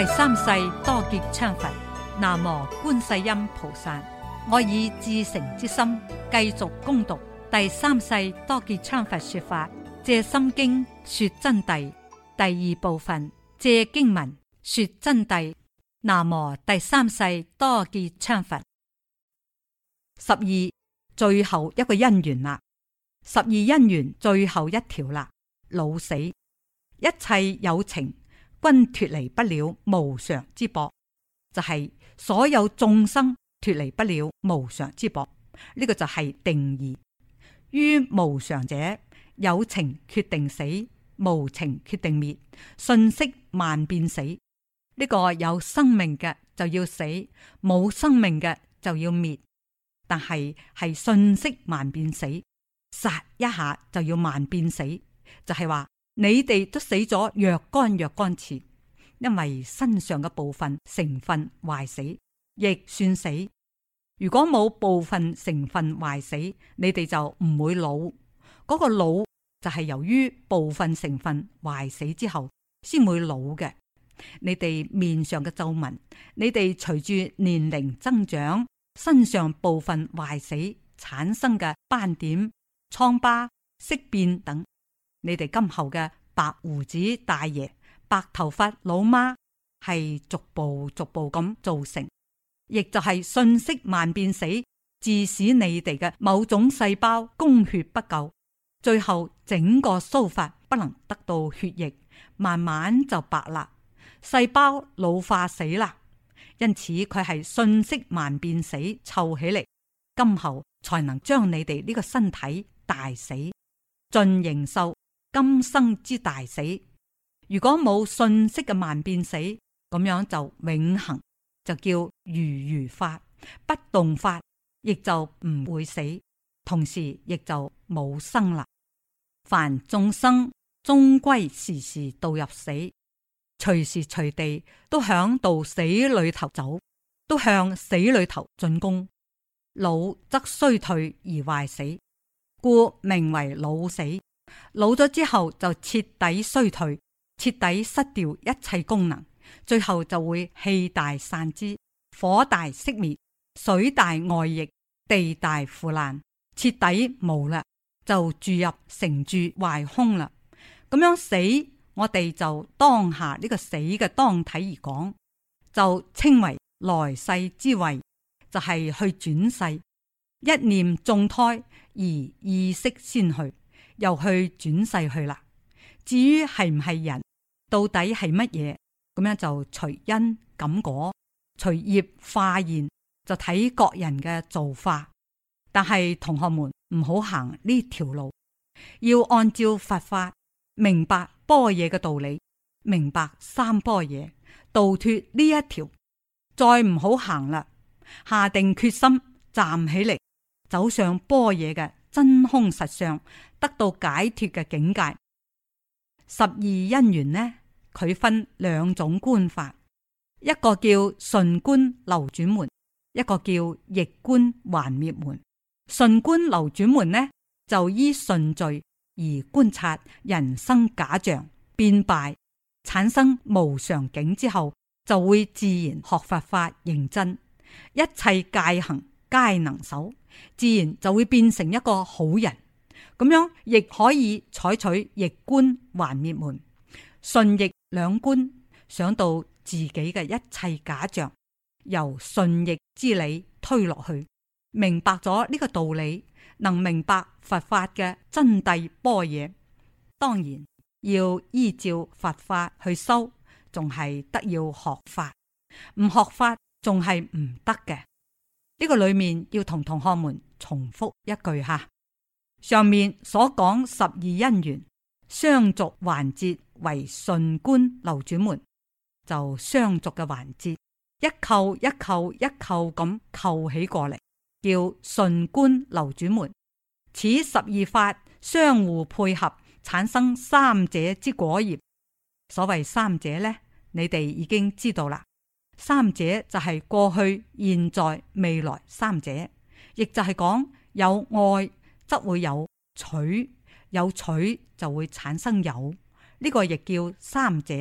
第三世多杰羌佛，南無觀世音菩薩。我以至誠之心繼續攻讀第三世多杰羌佛說法，借心經說真諦第二部分，借經文說真諦。南無第三世多杰羌佛。12最後一個因緣啦，12因緣最後一條啦，老死，一切有情均脫離不了無常之縛，就係、是、所有眾生脫離不了無常之縛，呢、這個就係定義。於無常者，有情決定死，無情決定滅，瞬息萬變死。呢、這個有生命嘅就要死，冇生命嘅就要滅。但係瞬息萬變死，殺一下就要萬變死，就係話你哋都死咗若干次，因為身上嘅部分成分壞死，亦算死。如果冇部分成分壞死，你哋就唔會老。嗰個老就係由於部分成分壞死之後先會老嘅。你哋面上嘅皺紋，你哋隨住年齡增長，身上部分壞死產生嘅斑點、瘡疤、色變等，你哋今後嘅白鬍子大爺、白頭髮老媽，係逐步咁造成，亦就係瞬息萬變死，致使你哋嘅某種細胞供血不夠，最後整個鬚髮不能得到血液，慢慢就白啦，細胞老化死啦。因此佢係瞬息萬變死湊起嚟，今後才能將你哋呢個身體大死盡形壽，今生之大死。如果冇瞬息嘅萬變死，咁樣就永恆，就叫如法不動法，亦就唔會死，同時亦就冇生啦。凡眾生終歸時時導入死，隨時隨地都響到死裏頭走，都向死裏頭進攻。老則衰退而壞死，故名為老死。老咗之後就徹底衰退，徹底失掉一切功能，最後就會氣大散之，火大熄滅，水大外溢，地大腐爛，徹底冇啦，就注入成住壞空啦。咁樣死，我哋就當下呢個死嘅當體而講，就稱為來世之位，就係去轉世。一念種胎而意識先去，又去轉世去啦。至於係唔係人，到底係乜嘢，咁樣就隨因感果，隨業化現，就睇各人嘅造化。但係同學們唔好行呢條路，要按照佛法明白般若嘅道理，明白三般若，度脫呢一條，再唔好行啦。下定決心站起嚟，走上般若嘅真空實相，得到解脫嘅境界。12因緣呢，佢分兩種觀法，一個叫順觀流轉門，一個叫逆觀還滅門。順觀流轉門呢，就依順序而觀察人生假象變敗，產生無常境之後，就會自然學佛法認真，一切戒行皆能守，自然就會變成一個好人。咁樣亦可以採取逆觀還滅門，順逆兩觀，想到自己嘅一切假象，由順逆之理推落去，明白咗呢個道理，能明白佛法嘅真諦般若。當然要依照佛法去修，仲係得要學法，唔學法仲係唔得嘅。呢個裏面要同同學們重複一句哈，上面所講12因緣相續環節為順觀流轉門，就相續嘅環節一扣一扣一扣咁扣起過嚟，叫順觀流轉門。此12法相互配合，產生三者之果業。所謂三者呢，你哋已經知道啦。三者就係過去、現在、未來三者，亦就係講有愛則會有取，有取就會產生有，呢個亦叫三者。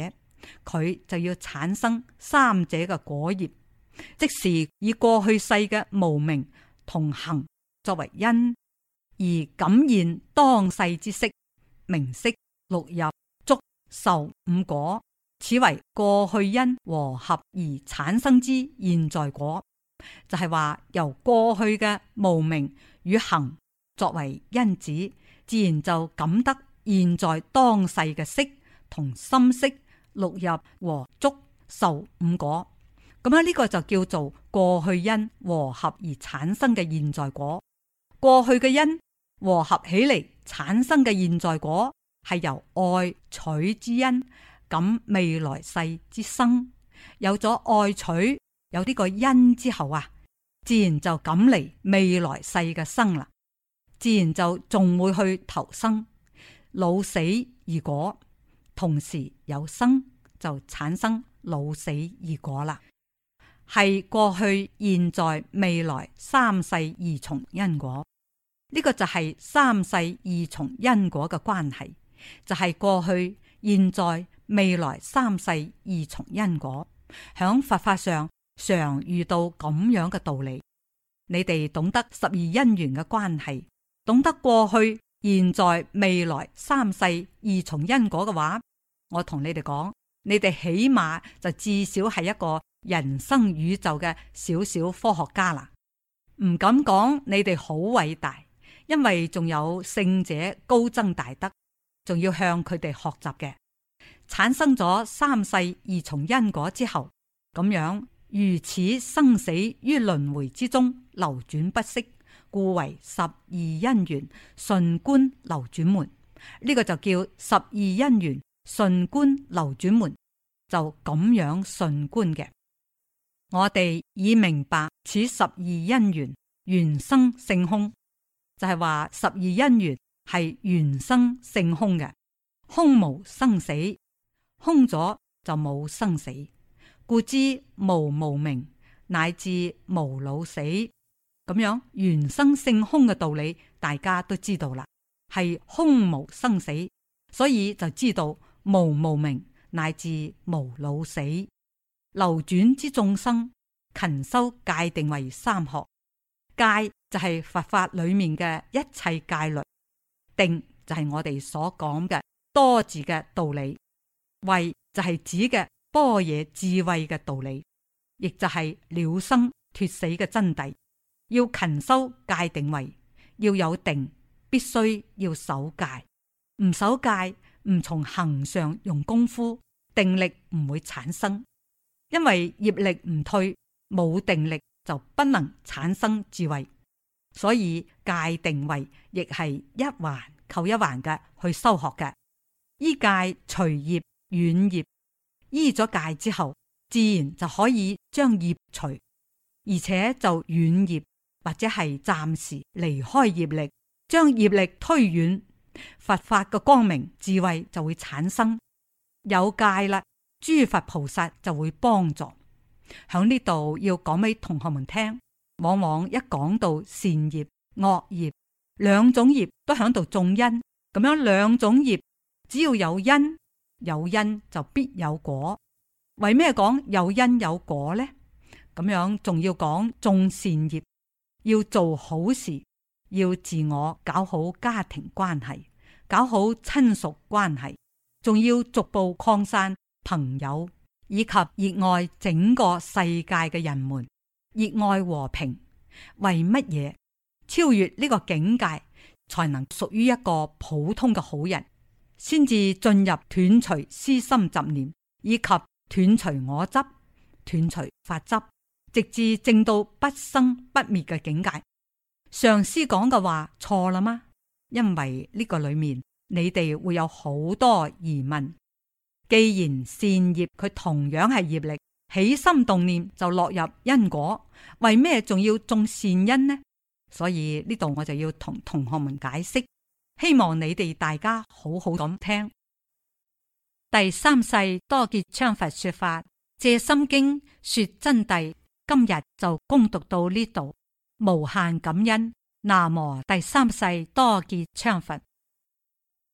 佢就要產生三者嘅果業，即是以過去世嘅無明同行作為因，而感現當世之色、名色、六入、觸、受五果，此為過去因和合而產生之現在果。就係話由過去嘅無明與行作為因子，自然就感得現在當世嘅色同心識、六入和觸、受五果。咁樣呢個就叫做過去因和合而產生嘅現在果。過去嘅因和合起嚟產生嘅現在果，係由愛取之因，感未來世之生。有咗愛取，有呢個因之後啊，自然就感嚟未來世嘅生啦，自然就仲會去投生。老死而果，同時有生，就產生老死而果啦。係過去、現在、未來三世二重因果。呢個就係三世二重因果嘅關係，就係過去、現在、未來三世二重因果。響佛法上常遇到咁樣嘅道理。你哋懂得十二因緣嘅關係，懂得過去、現在、未來三世二重因果嘅話，我同你哋講，你哋起碼就至少係一個人生宇宙嘅小小科學家啦。唔敢講你哋好偉大，因為仲有聖者高僧大德，仲要向佢哋學習嘅。產生咗三世二重因果之後，咁樣如此生死於輪迴之中流轉不息，故為十二因緣順觀流轉門。呢個就叫十二因緣順觀流轉門，就咁樣順觀嘅。我哋已明白此十二因緣緣生性空，就係話十二因緣係緣生性空嘅，空無生死，空咗就冇生死，故知無無明乃至無老死。咁樣緣生性空嘅道理大家都知道啦，係空無生死，所以就知道無無明乃至無老死。流轉之眾生勤修戒定為三學，戒就係佛法裏面嘅一切戒律，定就係我哋所講嘅多字嘅道理，慧就係指嘅般若智慧嘅道理，亦就係了生脫死嘅真諦。要勤修戒定慧，要有定，必須要守戒。唔守戒，唔從行上用功夫，定力唔會產生，因為業力唔退，冇定力就不能產生智慧。所以戒定慧亦係一環扣一環嘅去修學嘅。依戒除業遠業，依咗戒之後，自然就可以將業除，而且就遠業，或者係暫時離開業力，將業力推遠，佛法嘅光明智慧就會產生。有戒啦，諸佛菩薩就會幫助。響呢度要講俾同學們聽，往往一講到善業惡業兩種業都響度種因，咁樣兩種業只要有因，有因就必有果。為咩講有因有果呢？咁樣仲要講種善業，要做好事，要自我搞好家庭關係，搞好親屬關係，仲要逐步擴散朋友，以及熱愛整個世界嘅人們，熱愛和平。為乜嘢？超越呢個境界，才能屬於一個普通嘅好人，先至進入斷除私心雜念，以及斷除我執、斷除法執，直至證到不生不滅嘅境界。上師講嘅話錯啦嗎？因為呢個裏面你哋會有好多疑問。既然善業佢同樣係業力，起心動念就落入因果，為咩仲要種善因呢？所以呢度我就要同同學們解釋，希望你哋大家好好咁聽。第三世多杰羌佛說法，藉心經說真諦，今日就恭讀到呢度，無限感恩。南無第三世多杰羌佛。